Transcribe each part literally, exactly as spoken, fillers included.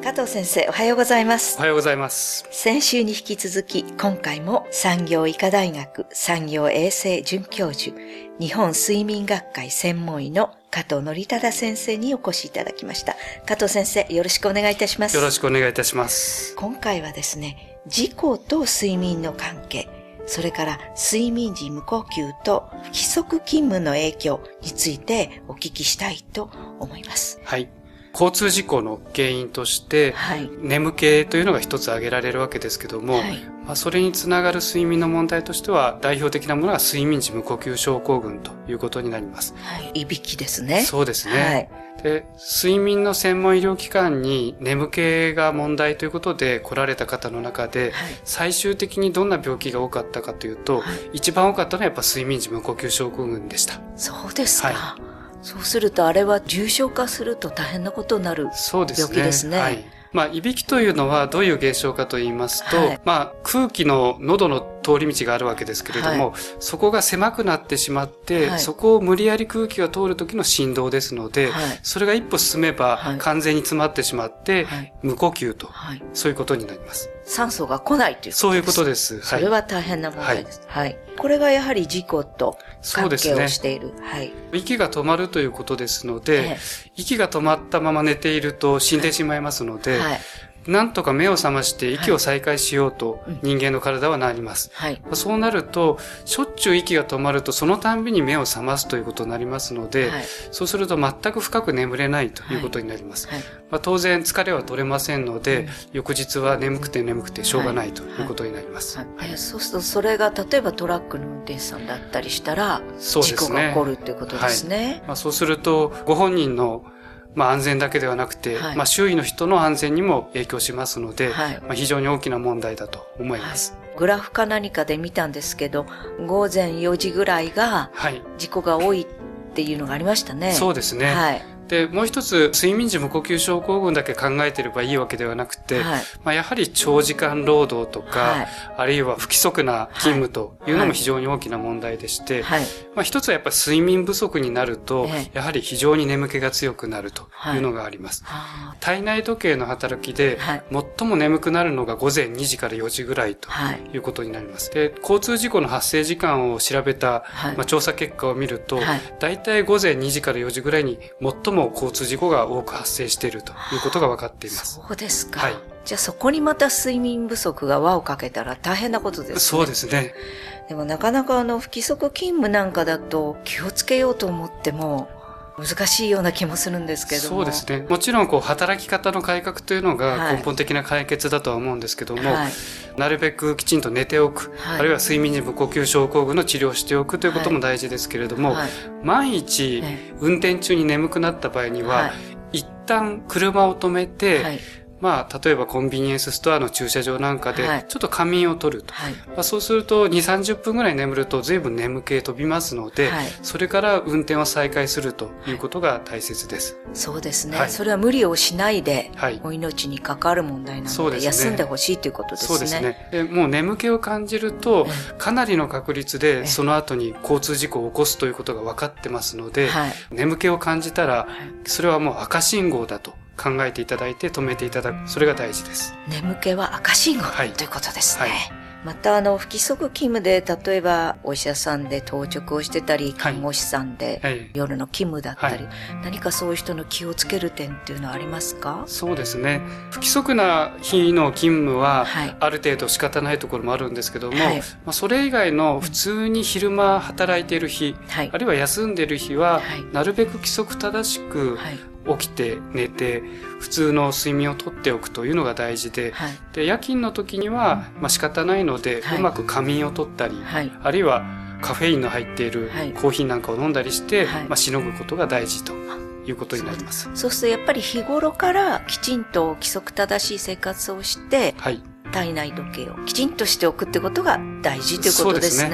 加藤先生、おはようございます。 おはようございます。 先週に引き続き、今回も産業医科大学産業衛生准教授、日本睡眠学会専門医の加藤則忠先生にお越しいただきました。加藤先生、よろしくお願いいたします。 よろしくお願いいたします。 今回はですね、事故と睡眠の関係、それから睡眠時無呼吸と不規則勤務の影響についてお聞きしたいと思います。 はい。交通事故の原因として、はい、眠気というのが一つ挙げられるわけですけども、はい、まあ、それにつながる睡眠の問題としては、代表的なものが睡眠時無呼吸症候群ということになります。 はい、いびきですね。 そうですね。はい、で、睡眠の専門医療機関に眠気が問題ということで来られた方の中で、はい、最終的にどんな病気が多かったかというと、はい、一番多かったのはやっぱ睡眠時無呼吸症候群でした。 そうですか。 はい、 そうするとあれは重症化すると大変なことになる病気ですね。そうですね。はい。 まあ、いびきというのはどういう現象かと言いますと、はい、まあ、空気の喉の通り道があるわけですけれども、はい、そこが狭くなってしまって、はい、そこを無理やり空気が通る時の振動ですので、はい、それが一歩進めば完全に詰まってしまって、はい、無呼吸と、はい、そういうことになります。 酸素が来ないということです。 そういうことです。はい、 それは大変な問題です。はい。はい、これがやはり事故と関係をしている。 そうですね。 はい。 息が止まるということですので、ええ、息が止まったまま寝ていると死んでしまいますので、はいはい、なんとか目を覚まして息を再開しようと人間の体はなります。はい、そうなると、しょっちゅう息が止まるとそのたんびに目を覚ますということになりますので、はい、そうすると全く深く眠れないということになります。はいはい、まあ、当然疲れは取れませんので、うん、翌日は眠くて眠くてしょうがないということになります。はいはいはい、そうするとそれが例えばトラックの運転手さんだったりしたら、事故が起こるということですね。はい、 まあ、そうするとご本人のまあ安全だけではなくて、はい、まあ周囲の人の安全にも影響しますので、はい、まあ非常に大きな問題だと思います。はい、 グラフか何かで見たんですけど、午前よじぐらいが事故が多いっていうのがありましたね。はい、 そうですね。はい。で、もう一つ、睡眠時無呼吸症候群だけ考えてればいいわけではなくて、はい、まあやはり長時間労働とか、はい、あるいは不規則な勤務というのも非常に大きな問題でして、はい、まあ一つはやっぱり睡眠不足になると、はい、やはり非常に眠気が強くなるというのがあります。はい、体内時計の働きで、はい、最も眠くなるのが午前にじからよじぐらいということになります。で、交通事故の発生時間を調べた、はい、まあ調査結果を見ると、はい、だいたい午前にじからよじぐらいに最も交通事故が多く発生しているということが分かっています。 そうですか。はい。じゃあそこにまた睡眠不足が輪をかけたら大変なことですね。 そうですね。 でもなかなかあの不規則勤務なんかだと気をつけようと思っても難しいような気もするんですけども。 そうですね。もちろんこう働き方の改革というのが根本的な解決だとは思うんですけども、はい、なるべくきちんと寝ておく、はい、あるいは睡眠時無呼吸症候群の治療をしておくということも大事ですけれども、はいはい、万一運転中に眠くなった場合には、はい、一旦車を止めて、はい、まあ、例えばコンビニエンスストアの駐車場なんかで、ちょっと仮眠を取ると。はい、まあ、そうすると、に、さんじゅっぷんぐらい眠ると随分眠気飛びますので、はい、それから運転を再開するということが大切です。 はい、そうですね。はい、それは無理をしないで、はい、お命に関わる問題なので、でね、休んでほしいということですね。 そうですね。でもう眠気を感じると、かなりの確率でその後に交通事故を起こすということが分かってますので、はい、眠気を感じたら、それはもう赤信号だと考えていただいて止めていただく。それが大事です。 眠気は赤信号、はい、ということですね。はい、またあの不規則勤務で例えばお医者さんで当直をしてたり、看護師さんで夜の勤務だったり、はい、何かそういう人の気をつける点っていうのはありますか？ そうですね。不規則な日の勤務はある程度仕方ないところもあるんですけども、はい、まあ、それ以外の普通に昼間働いている日、はい、あるいは休んでいる日は、はい、なるべく規則正しく、はい、起きて寝て普通の睡眠をとっておくというのが大事で、はい、で夜勤の時には、まあ、仕方ないので、はい、うまく仮眠をとったり、はい、あるいはカフェインの入っているコーヒーなんかを飲んだりして、はい、まあ、しのぐことが大事ということになります。 そう、そうするとやっぱり日頃からきちんと規則正しい生活をして、はい、体内時計をきちんとしておくってことが大事ということですね。そうですね。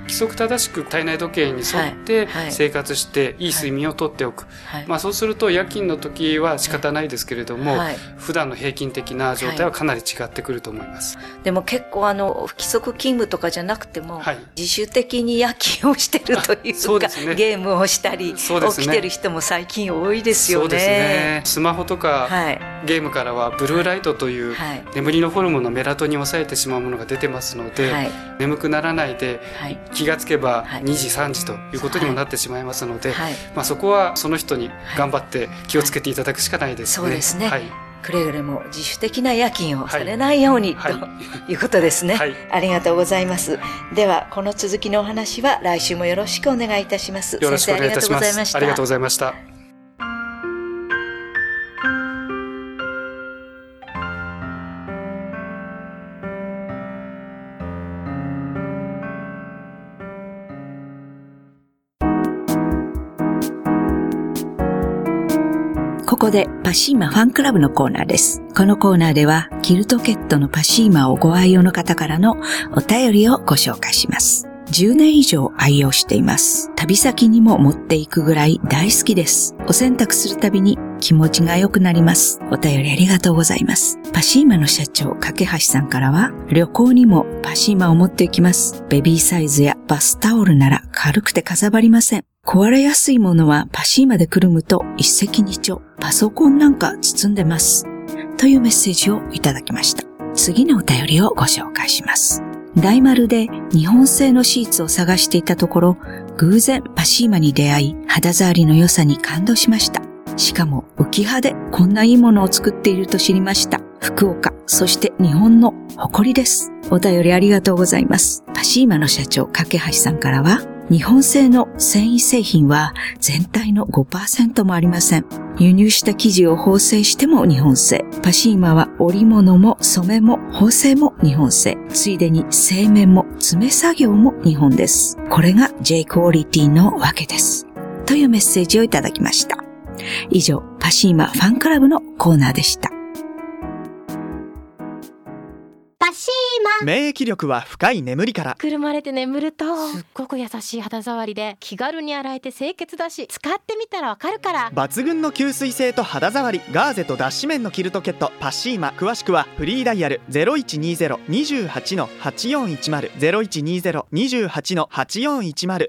規則正しく体内時計に沿って生活していい睡眠をとっておく、はいはい、まあ、そうすると夜勤の時は仕方ないですけれども、はい、普段の平均的な状態はかなり違ってくると思います。 はい、でも結構あの不規則勤務とかじゃなくても、はい、自主的に夜勤をしてるというか、そうですね、ゲームをしたり、そうですね、起きてる人も最近多いですよね。そうですね。 スマホとか、はい、ゲームからはブルーライトという、はい、眠りのホルモンのメラトニンを抑えてしまうものが出てますので、はい、眠くならないで、はい、気がつけばにじさんじということにもなってしまいますので、はい、まあ、そこはその人に頑張って気をつけていただくしかないですね。 そうですね、はい、くれぐれも自主的な夜勤をされないように、はい、ということですね、はい、ありがとうございます。ではこの続きのお話は来週もよろしくお願いいたします。 よろしくお願いいたします。 先生ありがとうございました。 ありがとうございました。 ここでパシーマファンクラブのコーナーです。このコーナーではキルトケットのパシーマをご愛用の方からのお便りをご紹介します。じゅうねん以上愛用しています。旅先にも持っていくぐらい大好きです。お洗濯するたびに気持ちが良くなります。お便りありがとうございます。パシーマの社長、架橋さんからは、旅行にもパシーマを持っていきます。ベビーサイズやバスタオルなら軽くてかさばりません。壊れやすいものはパシーマでくるむと一石二鳥。パソコンなんか包んでます。というメッセージをいただきました。次のお便りをご紹介します。大丸で日本製のシーツを探していたところ、偶然パシーマに出会い、肌触りの良さに感動しました。しかも浮き葉でこんないいものを作っていると知りました。福岡、そして日本の誇りです。お便りありがとうございます。パシーマの社長、架橋さんからは、日本製の繊維製品は全体の ごパーセント もありません。輸入した生地を縫製しても日本製。パシーマは織物も染めも縫製も日本製。ついでに製麺も詰め作業も日本です。これが J クオリティのわけです。というメッセージをいただきました。以上、パシーマファンクラブのコーナーでした。 パシーマ。 免疫力は深い眠りから。 くるまれて眠るとすっごく優しい肌触りで気軽に洗えて清潔だし、使ってみたらわかるから。 抜群の吸水性と肌触り、ガーゼと脱脂綿のキルトケットパシーマ。詳しくはフリーダイヤル ゼロいちにゼロ にじゅうはち はちよんいちゼロ ゼロいちにゼロ にじゅうはち はちよんいちゼロ